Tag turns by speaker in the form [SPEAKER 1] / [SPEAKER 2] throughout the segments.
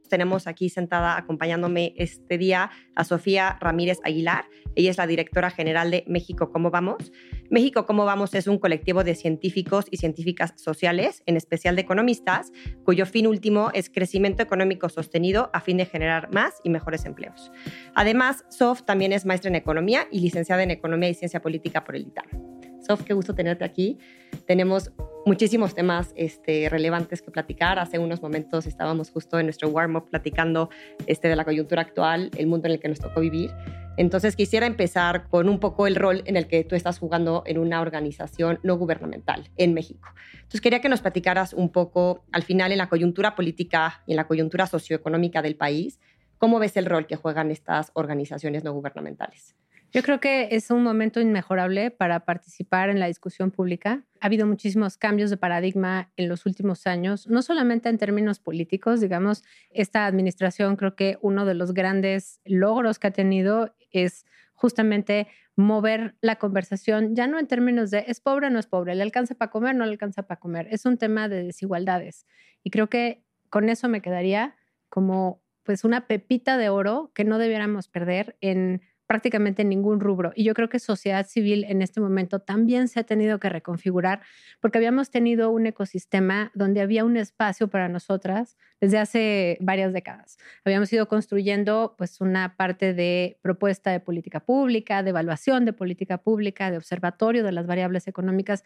[SPEAKER 1] Tenemos aquí sentada acompañándome este día a Sofía Ramírez Aguilar. Ella es la directora general de México Cómo Vamos. México Cómo Vamos es un colectivo de científicos y científicas sociales, en especial de economistas, cuyo fin último es crecimiento económico sostenido a fin de generar más y mejores empleos. Además, Sof también es maestra en economía y licenciada en economía y ciencia política por el ITAM. Sof, qué gusto tenerte aquí. Tenemos muchísimos temas relevantes que platicar. Hace unos momentos estábamos justo en nuestro warm-up platicando de la coyuntura actual, el mundo en el que nos tocó vivir. Entonces quisiera empezar con un poco el rol en el que tú estás jugando en una organización no gubernamental en México. Entonces quería que nos platicaras un poco, al final, en la coyuntura política y en la coyuntura socioeconómica del país, ¿cómo ves el rol que juegan estas organizaciones no gubernamentales?
[SPEAKER 2] Yo creo que es un momento inmejorable para participar en la discusión pública. Ha habido muchísimos cambios de paradigma en los últimos años, no solamente en términos políticos. Digamos, esta administración, creo que uno de los grandes logros que ha tenido es justamente mover la conversación, ya no en términos de es pobre o no es pobre, le alcanza para comer, no le alcanza para comer. Es un tema de desigualdades. Y creo que con eso me quedaría como pues una pepita de oro que no debiéramos perder en prácticamente ningún rubro. Y yo creo que sociedad civil en este momento también se ha tenido que reconfigurar porque habíamos tenido un ecosistema donde había un espacio para nosotras desde hace varias décadas. Habíamos ido construyendo pues una parte de propuesta de política pública, de evaluación de política pública, de observatorio de las variables económicas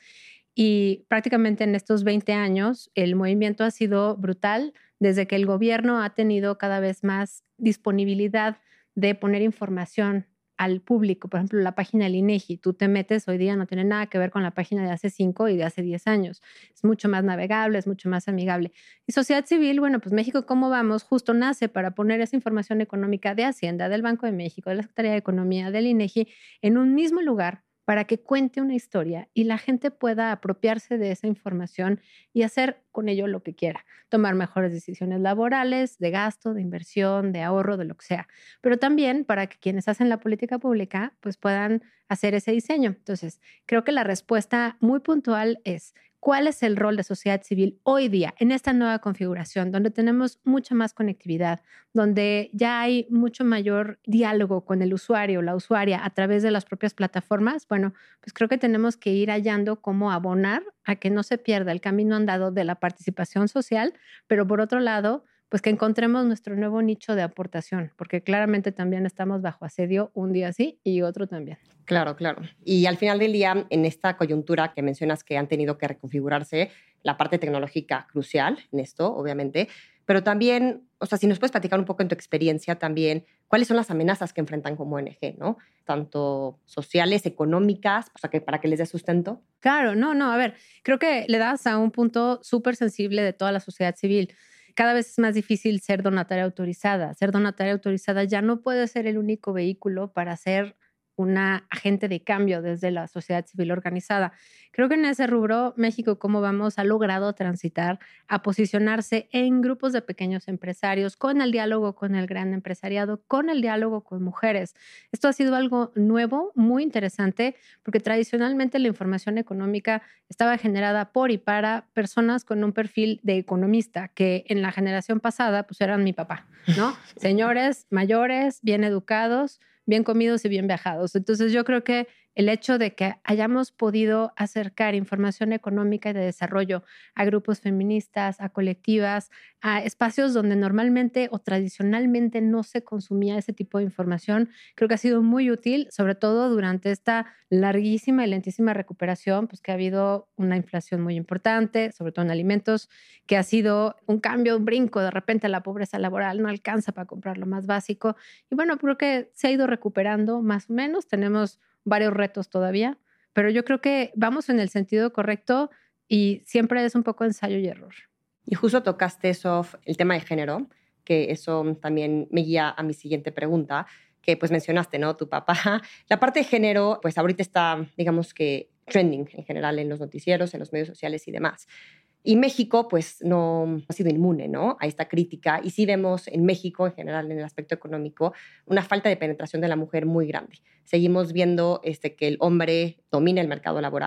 [SPEAKER 2] y prácticamente en estos 20 años el movimiento ha sido brutal desde que el gobierno ha tenido cada vez más disponibilidad de poner información al público. Por ejemplo, la página del INEGI, tú te metes hoy día, no tiene nada que ver con la página de hace 5 y de hace 10 años. Es mucho más navegable, es mucho más amigable. Y sociedad civil, bueno, pues México Cómo Vamos justo nace para poner esa información económica de Hacienda, del Banco de México, de la Secretaría de Economía, del INEGI, en un mismo lugar para que cuente una historia y la gente pueda apropiarse de esa información y hacer con ello lo que quiera. Tomar mejores decisiones laborales, de gasto, de inversión, de ahorro, de lo que sea. Pero también para que quienes hacen la política pública pues puedan hacer ese diseño. Entonces, creo que la respuesta muy puntual es ¿cuál es el rol de sociedad civil hoy día en esta nueva configuración donde tenemos mucha más conectividad, donde ya hay mucho mayor diálogo con el usuario, la usuaria a través de las propias plataformas? Bueno, pues creo que tenemos que ir hallando cómo abonar a que no se pierda el camino andado de la participación social, pero por otro lado, pues que encontremos nuestro nuevo nicho de aportación, porque claramente también estamos bajo asedio un día sí y otro también.
[SPEAKER 1] Claro, claro. Y al final del día, en esta coyuntura que mencionas que han tenido que reconfigurarse, la parte tecnológica crucial en esto, obviamente, pero también, o sea, si nos puedes platicar un poco en tu experiencia también, ¿cuáles son las amenazas que enfrentan como ONG, ¿no? Tanto sociales, económicas, o sea, que para que les dé sustento.
[SPEAKER 2] Claro, no, a ver, creo que le das a un punto súper sensible de toda la sociedad civil. Cada vez es más difícil ser donataria autorizada. Ser donataria autorizada ya no puede ser el único vehículo para ser una agente de cambio desde la sociedad civil organizada. Creo que en ese rubro, México Cómo Vamos ha logrado transitar a posicionarse en grupos de pequeños empresarios, con el diálogo con el gran empresariado, con el diálogo con mujeres. Esto ha sido algo nuevo, muy interesante, porque tradicionalmente la información económica estaba generada por y para personas con un perfil de economista, que en la generación pasada pues eran mi papá, ¿no? Señores mayores, bien educados, bien comidos y bien viajados. Entonces yo creo que el hecho de que hayamos podido acercar información económica y de desarrollo a grupos feministas, a colectivas, a espacios donde normalmente o tradicionalmente no se consumía ese tipo de información, creo que ha sido muy útil, sobre todo durante esta larguísima y lentísima recuperación, pues que ha habido una inflación muy importante, sobre todo en alimentos, que ha sido un cambio, un brinco, de repente la pobreza laboral no alcanza para comprar lo más básico. Y bueno, creo que se ha ido recuperando más o menos, tenemos varios retos todavía, pero yo creo que vamos en el sentido correcto y siempre es un poco ensayo y error.
[SPEAKER 1] Y justo tocaste eso, el tema de género, que eso también me guía a mi siguiente pregunta, que pues mencionaste, ¿no? Tu papá. La parte de género, pues ahorita está, digamos que trending en general en los noticieros, en los medios sociales y demás. Y México, pues, no ha sido inmune, ¿no?, a esta crítica. Y sí vemos en México, en general, en el aspecto económico, una falta de penetración de la mujer muy grande. Seguimos viendo que el hombre domina el mercado laboral,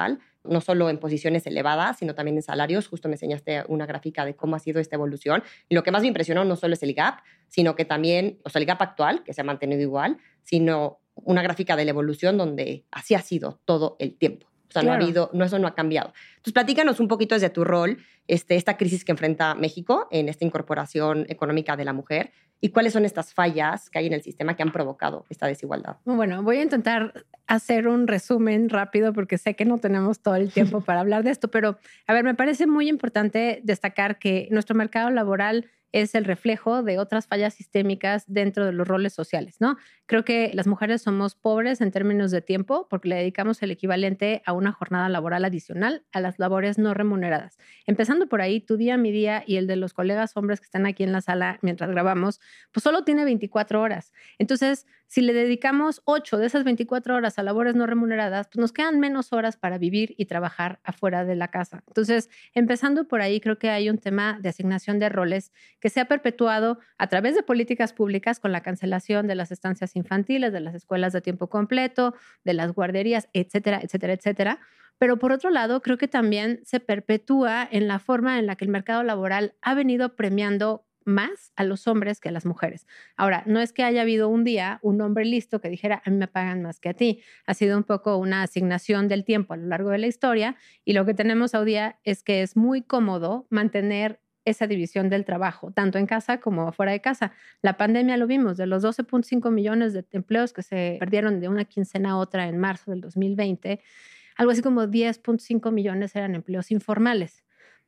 [SPEAKER 1] no solo en posiciones elevadas, sino también en salarios. Justo me enseñaste una gráfica de cómo ha sido esta evolución. Y lo que más me impresionó no solo es el gap, sino que también, o sea, el gap actual, que se ha mantenido igual, sino una gráfica de la evolución donde así ha sido todo el tiempo. O sea,
[SPEAKER 2] Claro.
[SPEAKER 1] eso no ha cambiado. Entonces, platícanos un poquito desde tu rol, esta crisis que enfrenta México en esta incorporación económica de la mujer y cuáles son estas fallas que hay en el sistema que han provocado esta desigualdad.
[SPEAKER 2] Bueno, voy a intentar hacer un resumen rápido porque sé que no tenemos todo el tiempo para hablar de esto, pero a ver, me parece muy importante destacar que nuestro mercado laboral es el reflejo de otras fallas sistémicas dentro de los roles sociales, ¿no? Creo que las mujeres somos pobres en términos de tiempo porque le dedicamos el equivalente a una jornada laboral adicional a las labores no remuneradas. Empezando por ahí, tu día, mi día y el de los colegas hombres que están aquí en la sala mientras grabamos, pues solo tiene 24 horas. Entonces, si le dedicamos 8 de esas 24 horas a labores no remuneradas, pues nos quedan menos horas para vivir y trabajar afuera de la casa. Entonces, empezando por ahí, creo que hay un tema de asignación de roles que se ha perpetuado a través de políticas públicas con la cancelación de las estancias infantiles, de las escuelas de tiempo completo, de las guarderías, etcétera, etcétera, etcétera. Pero por otro lado, creo que también se perpetúa en la forma en la que el mercado laboral ha venido premiando más a los hombres que a las mujeres. Ahora, no es que haya habido un día un hombre listo que dijera, a mí me pagan más que a ti. Ha sido un poco una asignación del tiempo a lo largo de la historia y lo que tenemos hoy día es que es muy cómodo mantener esa división del trabajo, tanto en casa como fuera de casa. La pandemia lo vimos, de los 12.5 millones de empleos que se perdieron de una quincena a otra en marzo del 2020, algo así como 10.5 millones eran empleos informales.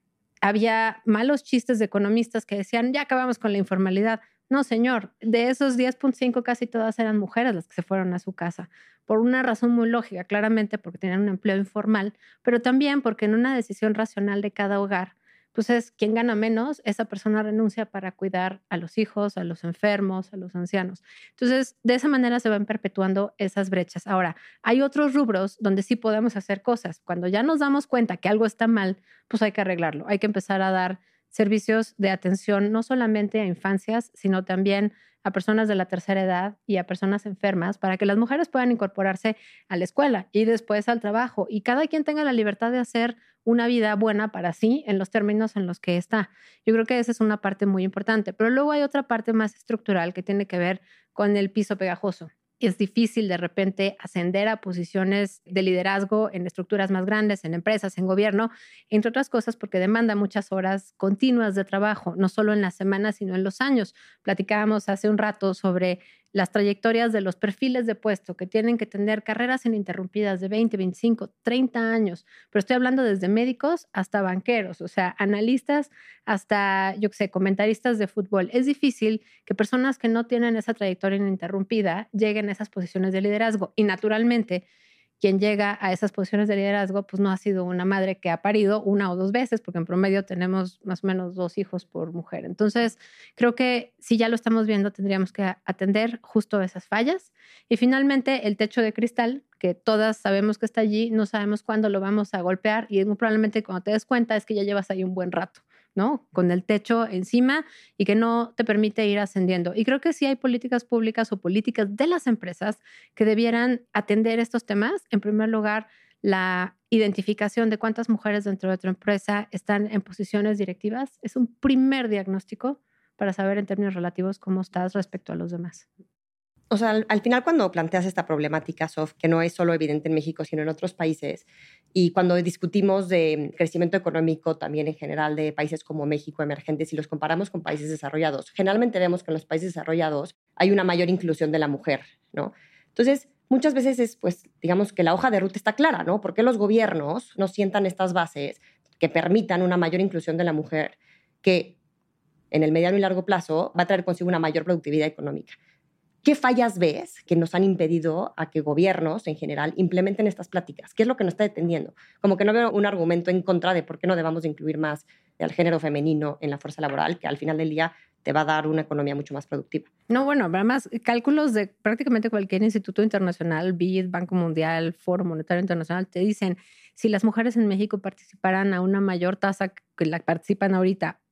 [SPEAKER 2] Había malos chistes de economistas que decían, ya acabamos con la informalidad. No, señor, de esos 10.5 casi todas eran mujeres las que se fueron a su casa, por una razón muy lógica, claramente porque tenían un empleo informal, pero también porque en una decisión racional de cada hogar, pues es quien gana menos, esa persona renuncia para cuidar a los hijos, a los enfermos, a los ancianos. Entonces, de esa manera se van perpetuando esas brechas. Ahora, hay otros rubros donde sí podemos hacer cosas. Cuando ya nos damos cuenta que algo está mal, pues hay que arreglarlo. Hay que empezar a dar servicios de atención no solamente a infancias, sino también a personas de la tercera edad y a personas enfermas para que las mujeres puedan incorporarse a la escuela y después al trabajo y cada quien tenga la libertad de hacer una vida buena para sí en los términos en los que está. Yo creo que esa es una parte muy importante, pero luego hay otra parte más estructural que tiene que ver con el piso pegajoso. Es difícil de repente ascender a posiciones de liderazgo en estructuras más grandes, en empresas, en gobierno, entre otras cosas porque demanda muchas horas continuas de trabajo, no solo en las semanas, sino en los años. Platicábamos hace un rato sobre las trayectorias de los perfiles de puesto que tienen que tener carreras ininterrumpidas de 20, 25, 30 años, pero estoy hablando desde médicos hasta banqueros, o sea, analistas hasta, yo qué sé, comentaristas de fútbol. Es difícil que personas que no tienen esa trayectoria ininterrumpida lleguen a esas posiciones de liderazgo y naturalmente quien llega a esas posiciones de liderazgo pues no ha sido una madre que ha parido una o dos veces, porque en promedio tenemos más o menos 2 hijos por mujer. Entonces, creo que si ya lo estamos viendo, tendríamos que atender justo esas fallas. Y finalmente, el techo de cristal, que todas sabemos que está allí, no sabemos cuándo lo vamos a golpear y muy probablemente cuando te des cuenta es que ya llevas ahí un buen rato, ¿no? Con el techo encima y que no te permite ir ascendiendo. Y creo que sí hay políticas públicas o políticas de las empresas que debieran atender estos temas. En primer lugar, la identificación de cuántas mujeres dentro de tu empresa están en posiciones directivas es un primer diagnóstico para saber en términos relativos cómo estás respecto a los demás.
[SPEAKER 1] O sea, al final cuando planteas esta problemática, Sof, que no es solo evidente en México, sino en otros países, y cuando discutimos de crecimiento económico también en general de países como México emergentes y los comparamos con países desarrollados, generalmente vemos que en los países desarrollados hay una mayor inclusión de la mujer, ¿no? Entonces, muchas veces es, pues, digamos que la hoja de ruta está clara, ¿no? ¿Por qué los gobiernos no sientan estas bases que permitan una mayor inclusión de la mujer que en el mediano y largo plazo va a traer consigo una mayor productividad económica? ¿Qué fallas ves que nos han impedido a que gobiernos en general implementen estas pláticas? ¿Qué es lo que nos está deteniendo? Como que no veo un argumento en contra de por qué no debamos de incluir más al género femenino en la fuerza laboral, que al final del día te va a dar una economía mucho más productiva.
[SPEAKER 2] No, bueno, además, cálculos de prácticamente cualquier instituto internacional, BID, Banco Mundial, Foro Monetario Internacional, te dicen, si las mujeres en México participaran a una mayor tasa que la participan ahorita,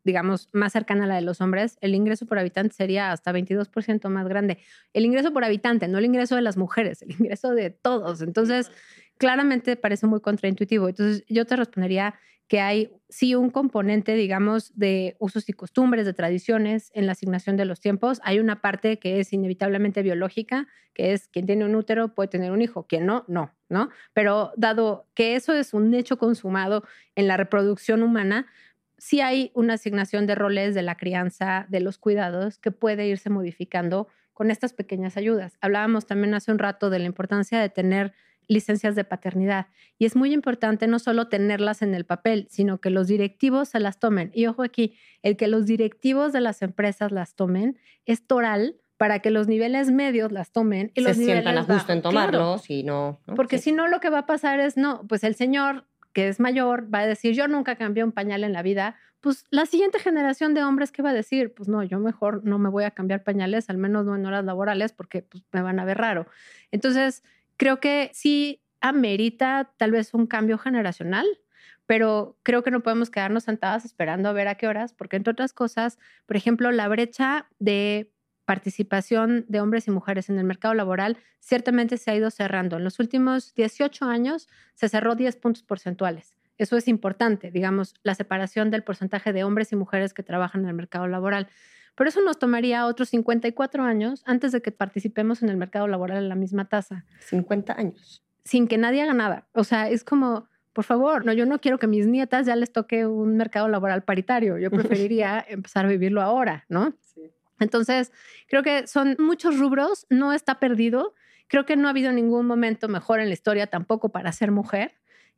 [SPEAKER 2] digamos, más cercana a la de los hombres, el ingreso por habitante sería hasta 22% más grande. El ingreso por habitante, no el ingreso de las mujeres, el ingreso de todos. Entonces, claramente parece muy contraintuitivo. Entonces, yo te respondería que hay sí un componente, digamos, de usos y costumbres, de tradiciones en la asignación de los tiempos. Hay una parte que es inevitablemente biológica, que es quien tiene un útero puede tener un hijo, quien no, no, ¿no? Pero dado que eso es un hecho consumado en la reproducción humana, sí hay una asignación de roles de la crianza, de los cuidados, que puede irse modificando con estas pequeñas ayudas. Hablábamos también hace un rato de la importancia de tener licencias de paternidad. Y es muy importante no solo tenerlas en el papel, sino que los directivos se las tomen. Y ojo aquí, el que los directivos de las empresas las tomen es toral para que los niveles medios las tomen y
[SPEAKER 1] se
[SPEAKER 2] los
[SPEAKER 1] sientan
[SPEAKER 2] niveles
[SPEAKER 1] a gusto en
[SPEAKER 2] bajos. Claro,
[SPEAKER 1] tomarlos y no.
[SPEAKER 2] porque
[SPEAKER 1] Sí.
[SPEAKER 2] si no lo que va a pasar es, no, pues el señor que es mayor va a decir, yo nunca cambié un pañal en la vida. Pues la siguiente generación de hombres, ¿qué va a decir? Pues no, yo mejor no me voy a cambiar pañales, al menos no en horas laborales, porque pues, me van a ver raro. Entonces, creo que sí amerita tal vez un cambio generacional, pero creo que no podemos quedarnos sentadas esperando a ver a qué horas, porque entre otras cosas, por ejemplo, la brecha de participación de hombres y mujeres en el mercado laboral ciertamente se ha ido cerrando. En los últimos 18 años se cerró 10 puntos porcentuales. Eso es importante, digamos, la separación del porcentaje de hombres y mujeres que trabajan en el mercado laboral. Pero eso nos tomaría otros 54 años antes de que participemos en el mercado laboral en la misma tasa.
[SPEAKER 1] 50 años.
[SPEAKER 2] Sin que nadie haga nada. O sea, es como, por favor, no, yo no quiero que mis nietas ya les toque un mercado laboral paritario. Yo preferiría empezar a vivirlo ahora, ¿no?
[SPEAKER 1] Sí.
[SPEAKER 2] Entonces, creo que son muchos rubros, no está perdido. Creo que no ha habido ningún momento mejor en la historia tampoco para ser mujer.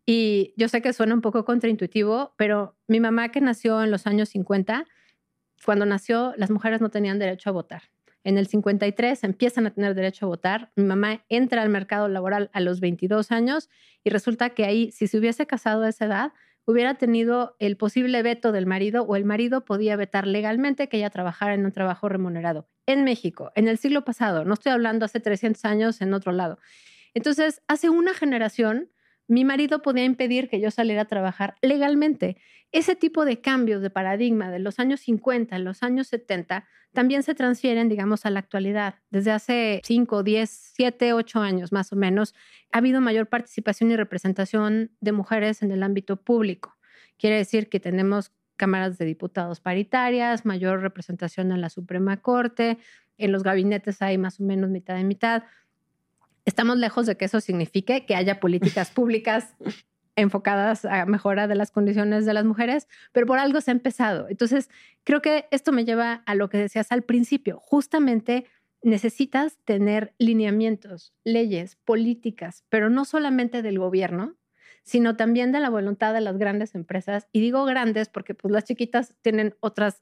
[SPEAKER 2] Y yo sé que suena un poco contraintuitivo, pero mi mamá, que nació en los años 50, cuando nació, las mujeres no tenían derecho a votar. En el 53 empiezan a tener derecho a votar. Mi mamá entra al mercado laboral a los 22 años y resulta que ahí, si se hubiese casado a esa edad, hubiera tenido el posible veto del marido o el marido podía vetar legalmente que ella trabajara en un trabajo remunerado. En México, en el siglo pasado, no estoy hablando hace 300 años en otro lado. Entonces, hace una generación, mi marido podía impedir que yo saliera a trabajar legalmente. Ese tipo de cambios de paradigma de los años 50, los años 70, también se transfieren, digamos, a la actualidad. Desde hace 5, 10, 7, 8 años más o menos, ha habido mayor participación y representación de mujeres en el ámbito público. Quiere decir que tenemos cámaras de diputados paritarias, mayor representación en la Suprema Corte, en los gabinetes hay más o menos mitad y mitad. Estamos lejos de que eso signifique que haya políticas públicas enfocadas a mejora de las condiciones de las mujeres, pero por algo se ha empezado. Entonces, creo que esto me lleva a lo que decías al principio. Justamente necesitas tener lineamientos, leyes, políticas, pero no solamente del gobierno, sino también de la voluntad de las grandes empresas. Y digo grandes porque pues, las chiquitas tienen otras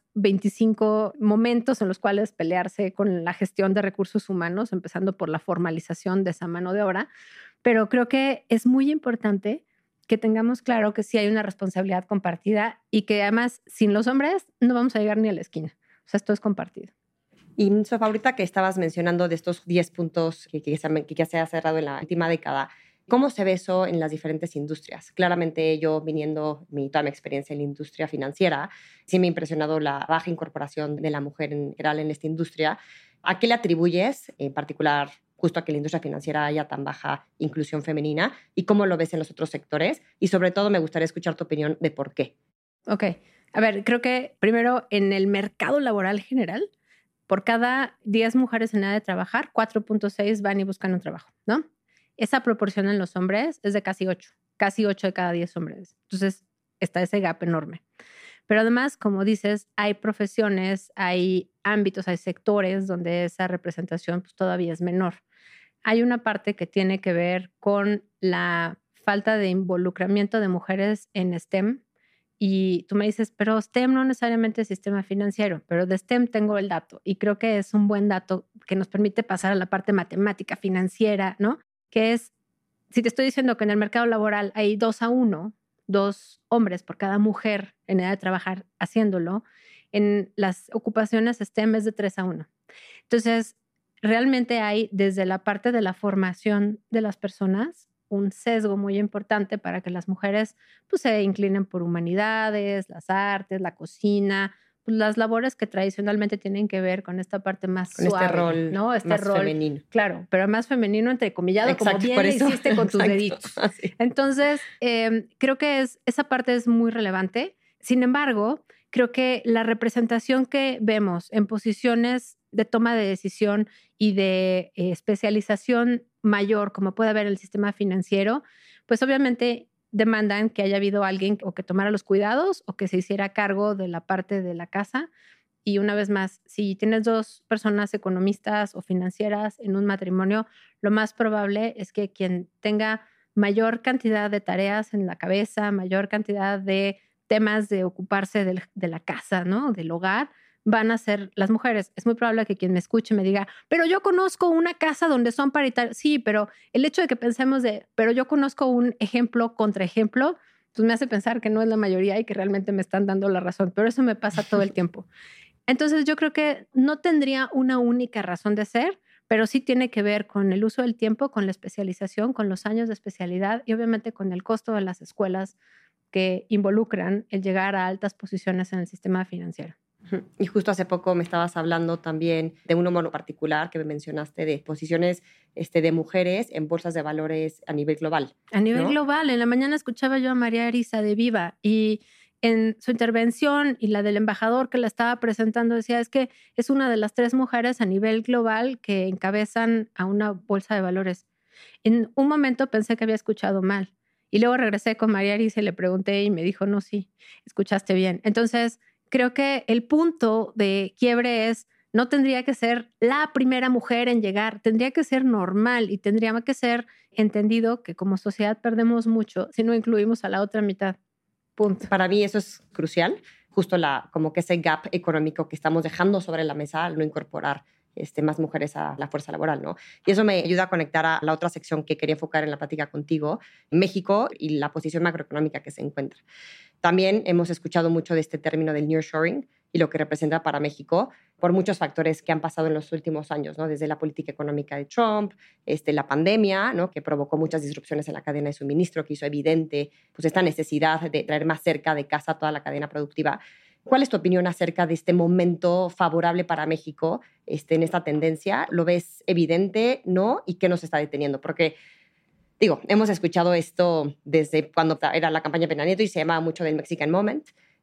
[SPEAKER 2] 25 momentos en los cuales pelearse con la gestión de recursos humanos, empezando por la formalización de esa mano de obra. Pero creo que es muy importante que tengamos claro que sí hay una responsabilidad compartida y que además sin los hombres no vamos a llegar ni a la esquina. O sea, esto es compartido.
[SPEAKER 1] Y Sof, ahorita que estabas mencionando de estos 10 puntos que ya se ha cerrado en la última década, ¿cómo se ve eso en las diferentes industrias? Claramente yo viniendo toda mi experiencia en la industria financiera, sí me ha impresionado la baja incorporación de la mujer en general en esta industria. ¿A qué le atribuyes en particular justo a que la industria financiera haya tan baja inclusión femenina? ¿Y cómo lo ves en los otros sectores? Y sobre todo me gustaría escuchar tu opinión de por qué.
[SPEAKER 2] Ok. A ver, creo que primero en el mercado laboral general, por cada 10 mujeres en edad de trabajar, 4.6 van y buscan un trabajo, ¿no? Esa proporción en los hombres es de casi 8 de cada 10 hombres. Entonces, está ese gap enorme. Pero además, como dices, hay profesiones, hay ámbitos, hay sectores donde esa representación pues, todavía es menor. Hay una parte que tiene que ver con la falta de involucramiento de mujeres en STEM. Y tú me dices, pero STEM no necesariamente es sistema financiero, pero de STEM tengo el dato y creo que es un buen dato que nos permite pasar a la parte matemática financiera, ¿no? Que es, si te estoy diciendo que en el mercado laboral hay 2-1, 2 hombres por cada mujer en edad de trabajar haciéndolo, en las ocupaciones STEM es de 3-1. Entonces, realmente hay desde la parte de la formación de las personas un sesgo muy importante para que las mujeres pues, se inclinen por humanidades, las artes, la cocina, pues, las labores que tradicionalmente tienen que ver con esta parte más
[SPEAKER 1] Con
[SPEAKER 2] suave,
[SPEAKER 1] este rol
[SPEAKER 2] ¿no? Este
[SPEAKER 1] más
[SPEAKER 2] rol,
[SPEAKER 1] femenino.
[SPEAKER 2] claro, pero más femenino entrecomillado,
[SPEAKER 1] Exacto,
[SPEAKER 2] como bien
[SPEAKER 1] por
[SPEAKER 2] le
[SPEAKER 1] eso.
[SPEAKER 2] hiciste con tus
[SPEAKER 1] Exacto,
[SPEAKER 2] deditos.
[SPEAKER 1] así.
[SPEAKER 2] Entonces, creo que esa parte es muy relevante. Sin embargo, creo que la representación que vemos en posiciones de toma de decisión y de especialización mayor, como puede haber en el sistema financiero, pues obviamente demandan que haya habido alguien o que tomara los cuidados o que se hiciera cargo de la parte de la casa. Y una vez más, si tienes dos personas economistas o financieras en un matrimonio, lo más probable es que quien tenga mayor cantidad de tareas en la cabeza, mayor cantidad de temas de ocuparse de la casa, ¿no? Del hogar, van a ser las mujeres. Es muy probable que quien me escuche me diga, pero yo conozco una casa donde son paritarios. Sí, pero el hecho de que pensemos pero yo conozco un ejemplo contra ejemplo, pues me hace pensar que no es la mayoría y que realmente me están dando la razón. Pero eso me pasa todo el tiempo. Entonces yo creo que no tendría una única razón de ser, pero sí tiene que ver con el uso del tiempo, con la especialización, con los años de especialidad y obviamente con el costo de las escuelas que involucran el llegar a altas posiciones en el sistema financiero.
[SPEAKER 1] Y justo hace poco me estabas hablando también de un número particular que me mencionaste de posiciones de mujeres en bolsas de valores a nivel global.
[SPEAKER 2] A nivel
[SPEAKER 1] ¿no?
[SPEAKER 2] global, en la mañana escuchaba yo a María Arisa de Viva y en su intervención y la del embajador que la estaba presentando decía es que es una de las 3 mujeres a nivel global que encabezan a una bolsa de valores. En un momento pensé que había escuchado mal y luego regresé con María Arisa y le pregunté y me dijo, no, sí, escuchaste bien. Entonces, creo que el punto de quiebre es, no tendría que ser la primera mujer en llegar, tendría que ser normal y tendría que ser entendido que como sociedad perdemos mucho si no incluimos a la otra mitad. Punto.
[SPEAKER 1] Para mí eso es crucial, justo como que ese gap económico que estamos dejando sobre la mesa al no incorporar más mujeres a la fuerza laboral, ¿no? Y eso me ayuda a conectar a la otra sección que quería enfocar en la plática contigo, México y la posición macroeconómica que se encuentra. También hemos escuchado mucho de este término del nearshoring y lo que representa para México por muchos factores que han pasado en los últimos años, ¿no? Desde la política económica de Trump, la pandemia, ¿no? Que provocó muchas disrupciones en la cadena de suministro, que hizo evidente pues, esta necesidad de traer más cerca de casa toda la cadena productiva. ¿Cuál es tu opinión acerca de este momento favorable para México en esta tendencia? ¿Lo ves evidente, no? ¿Y qué nos está deteniendo? Porque digo, hemos escuchado esto desde cuando era la campaña Peña Nieto y se llamaba mucho del Mexican Moment.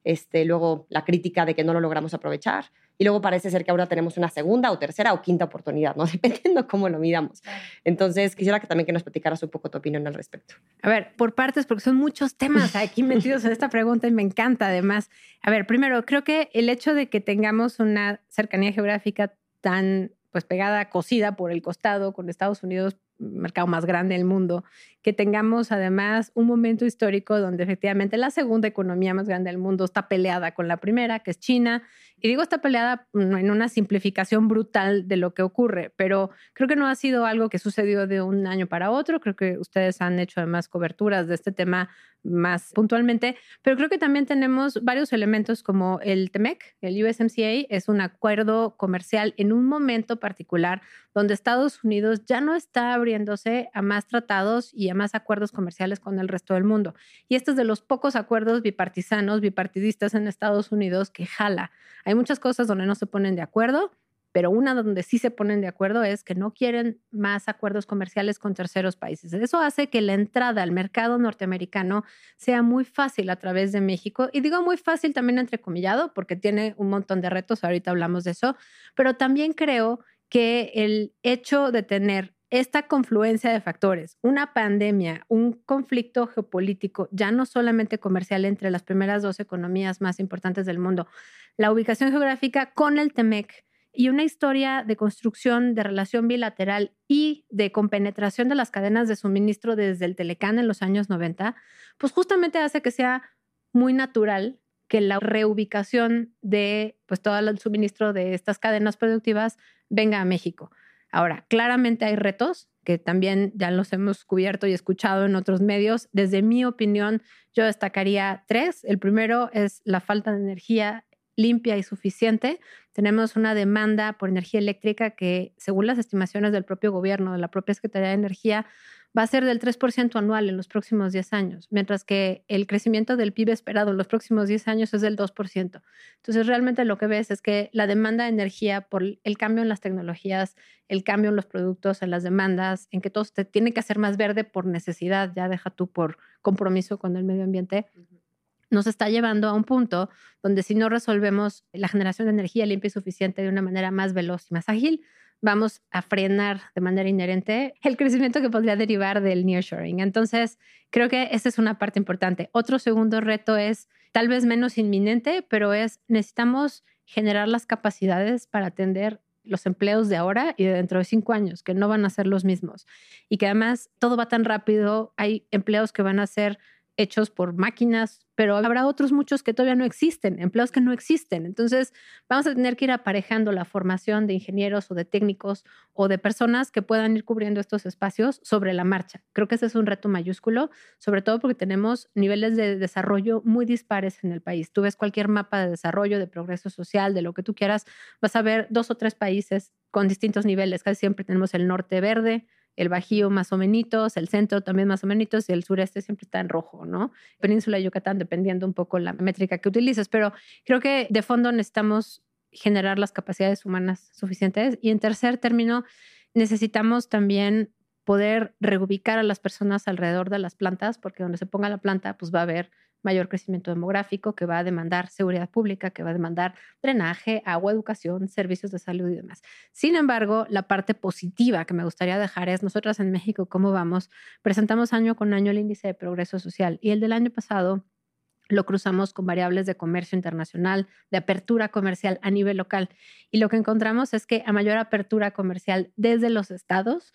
[SPEAKER 1] Luego la crítica de que no lo logramos aprovechar. Y luego parece ser que ahora tenemos una segunda o tercera o quinta oportunidad, ¿no? Dependiendo cómo lo midamos. Entonces, quisiera que también nos platicaras un poco tu opinión al respecto.
[SPEAKER 2] A ver, por partes, porque son muchos temas aquí metidos en esta pregunta y me encanta además. A ver, primero, creo que el hecho de que tengamos una cercanía geográfica tan pues pegada, cosida por el costado con Estados Unidos, mercado más grande del mundo, que tengamos además un momento histórico donde efectivamente la segunda economía más grande del mundo está peleada con la primera, que es China. Y digo, está peleada en una simplificación brutal de lo que ocurre, pero creo que no ha sido algo que sucedió de un año para otro. Creo que ustedes han hecho además coberturas de este tema más puntualmente, pero creo que también tenemos varios elementos como el TEMEC, el USMCA, es un acuerdo comercial en un momento particular donde Estados Unidos ya no está abriéndose a más tratados y a más acuerdos comerciales con el resto del mundo. Y este es de los pocos acuerdos bipartisanos, bipartidistas en Estados Unidos que jala. Hay muchas cosas donde no se ponen de acuerdo, pero una donde sí se ponen de acuerdo es que no quieren más acuerdos comerciales con terceros países. Eso hace que la entrada al mercado norteamericano sea muy fácil a través de México. Y digo muy fácil también entrecomillado porque tiene un montón de retos, ahorita hablamos de eso, pero también creo que el hecho de tener esta confluencia de factores, una pandemia, un conflicto geopolítico, ya no solamente comercial entre las primeras 2 economías más importantes del mundo, la ubicación geográfica con el TEMEC y una historia de construcción de relación bilateral y de compenetración de las cadenas de suministro desde el Telecán en los años 90, pues justamente hace que sea muy natural que la reubicación de pues, todo el suministro de estas cadenas productivas venga a México. Ahora, claramente hay retos que también ya los hemos cubierto y escuchado en otros medios. Desde mi opinión, yo destacaría 3. El primero es la falta de energía limpia y suficiente. Tenemos una demanda por energía eléctrica que, según las estimaciones del propio gobierno, de la propia Secretaría de Energía, va a ser del 3% anual en los próximos 10 años, mientras que el crecimiento del PIB esperado en los próximos 10 años es del 2%. Entonces, realmente lo que ves es que la demanda de energía por el cambio en las tecnologías, el cambio en los productos, en las demandas, en que todo se tiene que hacer más verde por necesidad, ya deja tú por compromiso con el medio ambiente, nos está llevando a un punto donde si no resolvemos la generación de energía limpia y suficiente de una manera más veloz y más ágil, vamos a frenar de manera inherente el crecimiento que podría derivar del nearshoring. Entonces, creo que esa es una parte importante. Otro segundo reto es tal vez menos inminente, pero necesitamos generar las capacidades para atender los empleos de ahora y de dentro de 5 años, que no van a ser los mismos. Y que además todo va tan rápido, hay empleos que van a ser hechos por máquinas, pero habrá otros muchos que todavía no existen, empleos que no existen. Entonces, vamos a tener que ir aparejando la formación de ingenieros o de técnicos o de personas que puedan ir cubriendo estos espacios sobre la marcha. Creo que ese es un reto mayúsculo, sobre todo porque tenemos niveles de desarrollo muy dispares en el país. Tú ves cualquier mapa de desarrollo, de progreso social, de lo que tú quieras, vas a ver 2 o 3 países con distintos niveles. Casi siempre tenemos el norte verde, el Bajío más o menos, el centro también más o menos y el sureste siempre está en rojo, ¿no? Península de Yucatán, dependiendo un poco la métrica que utilices, pero creo que de fondo necesitamos generar las capacidades humanas suficientes y en tercer término necesitamos también poder reubicar a las personas alrededor de las plantas porque donde se ponga la planta pues va a haber mayor crecimiento demográfico que va a demandar seguridad pública, que va a demandar drenaje, agua, educación, servicios de salud y demás. Sin embargo, la parte positiva que me gustaría dejar es nosotras en México, ¿cómo vamos? Presentamos año con año el índice de progreso social y el del año pasado lo cruzamos con variables de comercio internacional, de apertura comercial a nivel local. Y lo que encontramos es que a mayor apertura comercial desde los estados,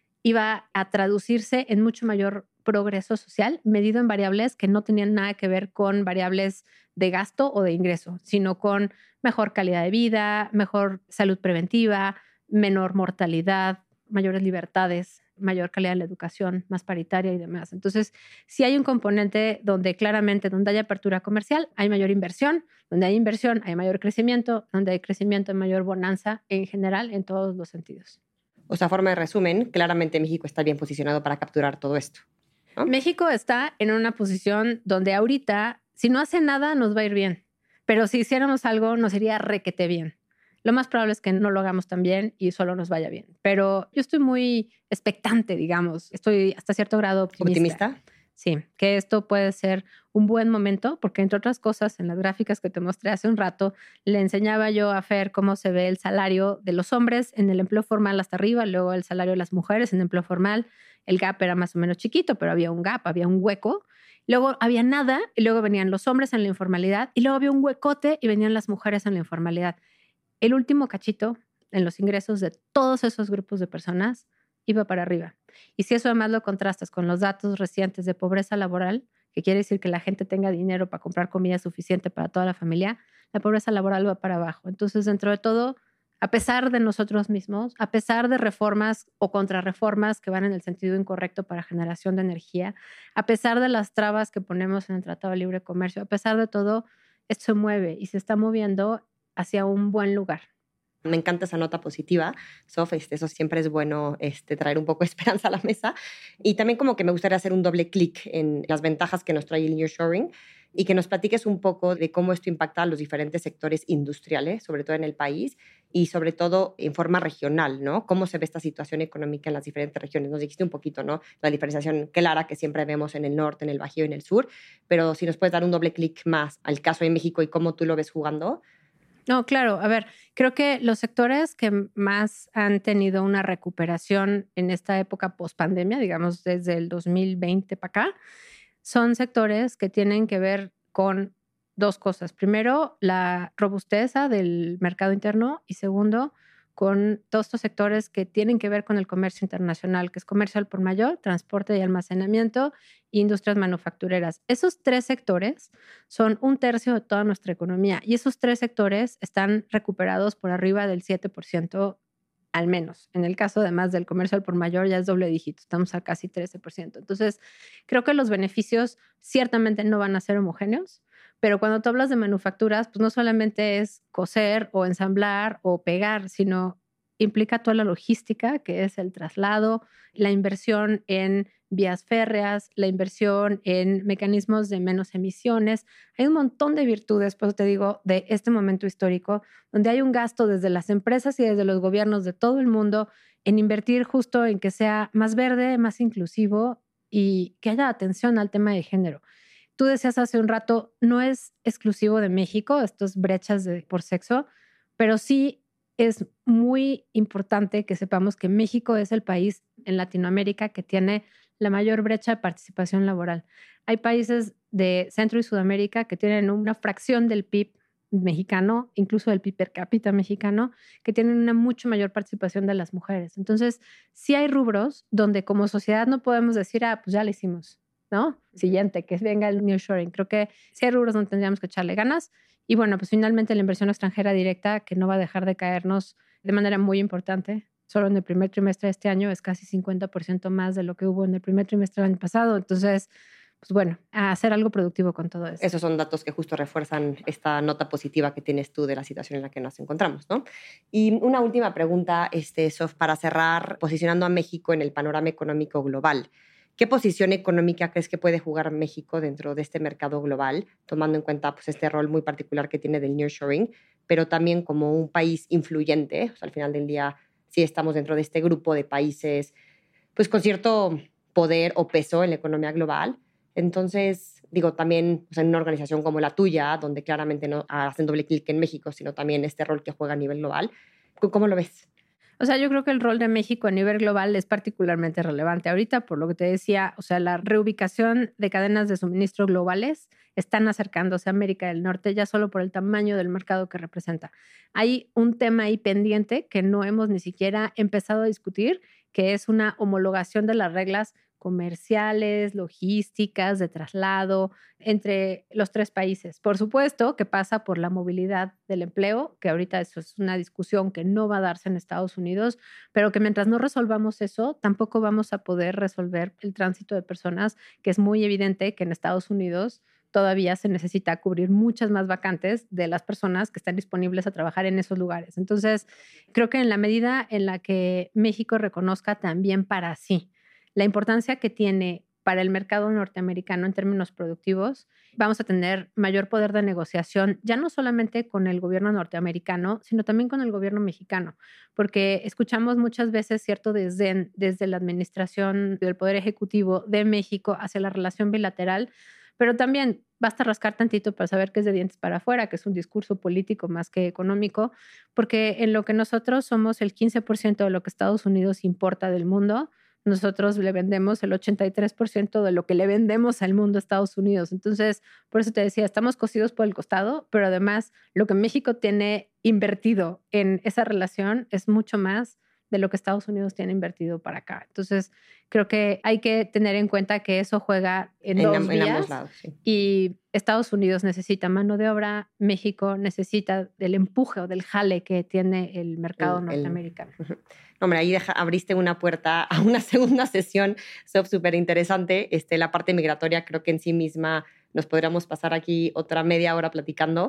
[SPEAKER 2] iba a traducirse en mucho mayor progreso social, medido en variables que no tenían nada que ver con variables de gasto o de ingreso, sino con mejor calidad de vida, mejor salud preventiva, menor mortalidad, mayores libertades, mayor calidad de la educación, más paritaria y demás. Entonces, si hay un componente donde claramente, donde hay apertura comercial, hay mayor inversión, donde hay inversión, hay mayor crecimiento, donde hay crecimiento, hay mayor bonanza en general, en todos los sentidos.
[SPEAKER 1] O sea, forma de resumen, claramente México está bien posicionado para capturar todo esto, ¿no?
[SPEAKER 2] México está en una posición donde ahorita, si no hace nada, nos va a ir bien. Pero si hiciéramos algo, nos iría requete bien. Lo más probable es que no lo hagamos tan bien y solo nos vaya bien. Pero yo estoy muy expectante, digamos. Estoy hasta cierto grado optimista.
[SPEAKER 1] ¿Optimista?
[SPEAKER 2] Sí, que esto puede ser un buen momento, porque entre otras cosas, en las gráficas que te mostré hace un rato, le enseñaba yo a Fer cómo se ve el salario de los hombres en el empleo formal hasta arriba, luego el salario de las mujeres en el empleo formal. El gap era más o menos chiquito, pero había un gap, había un hueco. Luego había nada y luego venían los hombres en la informalidad y luego había un huecote y venían las mujeres en la informalidad. El último cachito en los ingresos de todos esos grupos de personas iba para arriba. Y si eso además lo contrastas con los datos recientes de pobreza laboral, que quiere decir que la gente tenga dinero para comprar comida suficiente para toda la familia, la pobreza laboral va para abajo. Entonces, dentro de todo, a pesar de nosotros mismos, a pesar de reformas o contrarreformas que van en el sentido incorrecto para generación de energía, a pesar de las trabas que ponemos en el Tratado de Libre Comercio, a pesar de todo, esto se mueve y se está moviendo hacia un buen lugar.
[SPEAKER 1] Me encanta esa nota positiva, Sof, eso siempre es bueno traer un poco de esperanza a la mesa. Y también como que me gustaría hacer un doble clic en las ventajas que nos trae el nearshoring y que nos platiques un poco de cómo esto impacta a los diferentes sectores industriales, sobre todo en el país y sobre todo en forma regional, ¿no? Cómo se ve esta situación económica en las diferentes regiones. Nos dijiste un poquito, ¿no? La diferenciación clara que siempre vemos en el norte, en el Bajío y en el sur, pero si nos puedes dar un doble clic más al caso de México y cómo tú lo ves jugando.
[SPEAKER 2] No, claro. A ver, creo que los sectores que más han tenido una recuperación en esta época post-pandemia, digamos desde el 2020 para acá, son sectores que tienen que ver con 2 cosas. Primero, la robusteza del mercado interno y segundo, con todos estos sectores que tienen que ver con el comercio internacional, que es comercio al por mayor, transporte y almacenamiento e industrias manufactureras. Esos 3 sectores son 1/3 de toda nuestra economía y esos 3 sectores están recuperados por arriba del 7% al menos. En el caso además del comercio al por mayor ya es doble dígito, estamos a casi 13%. Entonces, creo que los beneficios ciertamente no van a ser homogéneos, pero cuando tú hablas de manufacturas, pues no solamente es coser o ensamblar o pegar, sino implica toda la logística, que es el traslado, la inversión en vías férreas, la inversión en mecanismos de menos emisiones. Hay un montón de virtudes, por eso te digo, de este momento histórico, donde hay un gasto desde las empresas y desde los gobiernos de todo el mundo en invertir justo en que sea más verde, más inclusivo y que haya atención al tema de género. Tú decías hace un rato, no es exclusivo de México, estas brechas por sexo, pero sí es muy importante que sepamos que México es el país en Latinoamérica que tiene la mayor brecha de participación laboral. Hay países de Centro y Sudamérica que tienen una fracción del PIB mexicano, incluso del PIB per cápita mexicano, que tienen una mucho mayor participación de las mujeres. Entonces, sí hay rubros donde como sociedad no podemos decir, pues ya lo hicimos, ¿no? Siguiente, que venga el nearshoring. Creo que sí hay rubros donde tendríamos que echarle ganas. Y bueno, pues finalmente la inversión extranjera directa, que no va a dejar de caernos de manera muy importante. Solo en el primer trimestre de este año es casi 50% más de lo que hubo en el primer trimestre del año pasado. Entonces, pues bueno, a hacer algo productivo con todo eso.
[SPEAKER 1] Esos son datos que justo refuerzan esta nota positiva que tienes tú de la situación en la que nos encontramos, ¿no? Y una última pregunta, Sof, para cerrar, posicionando a México en el panorama económico global. ¿Qué posición económica crees que puede jugar México dentro de este mercado global, tomando en cuenta pues, este rol muy particular que tiene del nearshoring, pero también como un país influyente? O sea, al final del día, sí estamos dentro de este grupo de países pues, con cierto poder o peso en la economía global. Entonces, digo, también en una organización como la tuya, donde claramente no hacen doble clic en México, sino también este rol que juega a nivel global, ¿cómo lo ves?
[SPEAKER 2] O sea, yo creo que el rol de México a nivel global es particularmente relevante ahorita, por lo que te decía, o sea, la reubicación de cadenas de suministro globales están acercándose a América del Norte ya solo por el tamaño del mercado que representa. Hay un tema ahí pendiente que no hemos ni siquiera empezado a discutir, que es una homologación de las reglas comerciales, logísticas, de traslado entre los tres países. Por supuesto que pasa por la movilidad del empleo, que ahorita eso es una discusión que no va a darse en Estados Unidos, pero que mientras no resolvamos eso, tampoco vamos a poder resolver el tránsito de personas, que es muy evidente que en Estados Unidos todavía se necesita cubrir muchas más vacantes de las personas que están disponibles a trabajar en esos lugares. Entonces, creo que en la medida en la que México reconozca también para sí la importancia que tiene para el mercado norteamericano en términos productivos, vamos a tener mayor poder de negociación, ya no solamente con el gobierno norteamericano, sino también con el gobierno mexicano, porque escuchamos muchas veces cierto desdén desde la administración del Poder Ejecutivo de México hacia la relación bilateral, pero también basta rascar tantito para saber que es de dientes para afuera, que es un discurso político más que económico, porque en lo que nosotros somos el 15% de lo que Estados Unidos importa del mundo, nosotros le vendemos el 83% de lo que le vendemos al mundo a Estados Unidos. Entonces, por eso te decía, estamos cosidos por el costado, pero además lo que México tiene invertido en esa relación es mucho más de lo que Estados Unidos tiene invertido para acá. Entonces, creo que hay que tener en cuenta que eso juega en dos vías.
[SPEAKER 1] Ambos lados, sí.
[SPEAKER 2] Y Estados Unidos necesita mano de obra, México necesita del empuje o del jale que tiene el mercado norteamericano.
[SPEAKER 1] Hombre, ahí abriste una puerta a una segunda sesión súper interesante. La parte migratoria creo que en sí misma nos podríamos pasar aquí otra media hora platicando,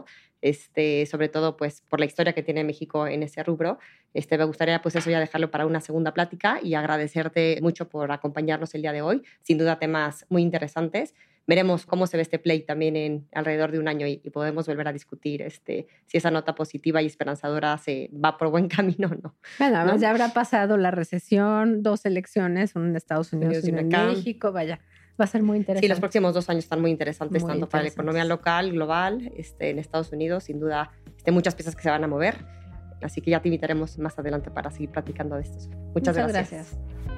[SPEAKER 1] sobre todo pues por la historia que tiene México en ese rubro. Me gustaría pues eso ya dejarlo para una segunda plática y agradecerte mucho por acompañarnos el día de hoy. Sin duda temas muy interesantes. Veremos cómo se ve este play también en alrededor de un año y podemos volver a discutir si esa nota positiva y esperanzadora se va por buen camino o no.
[SPEAKER 2] Bueno, además ya habrá pasado la recesión, 2 elecciones, una enEstados Unidos y una en México, vaya. Va a ser muy interesante.
[SPEAKER 1] Sí, los próximos 2 años están muy interesantes, tanto para la economía local, global, en Estados Unidos, sin duda, muchas piezas que se van a mover. Así que ya te invitaremos más adelante para seguir platicando de esto. Muchas gracias.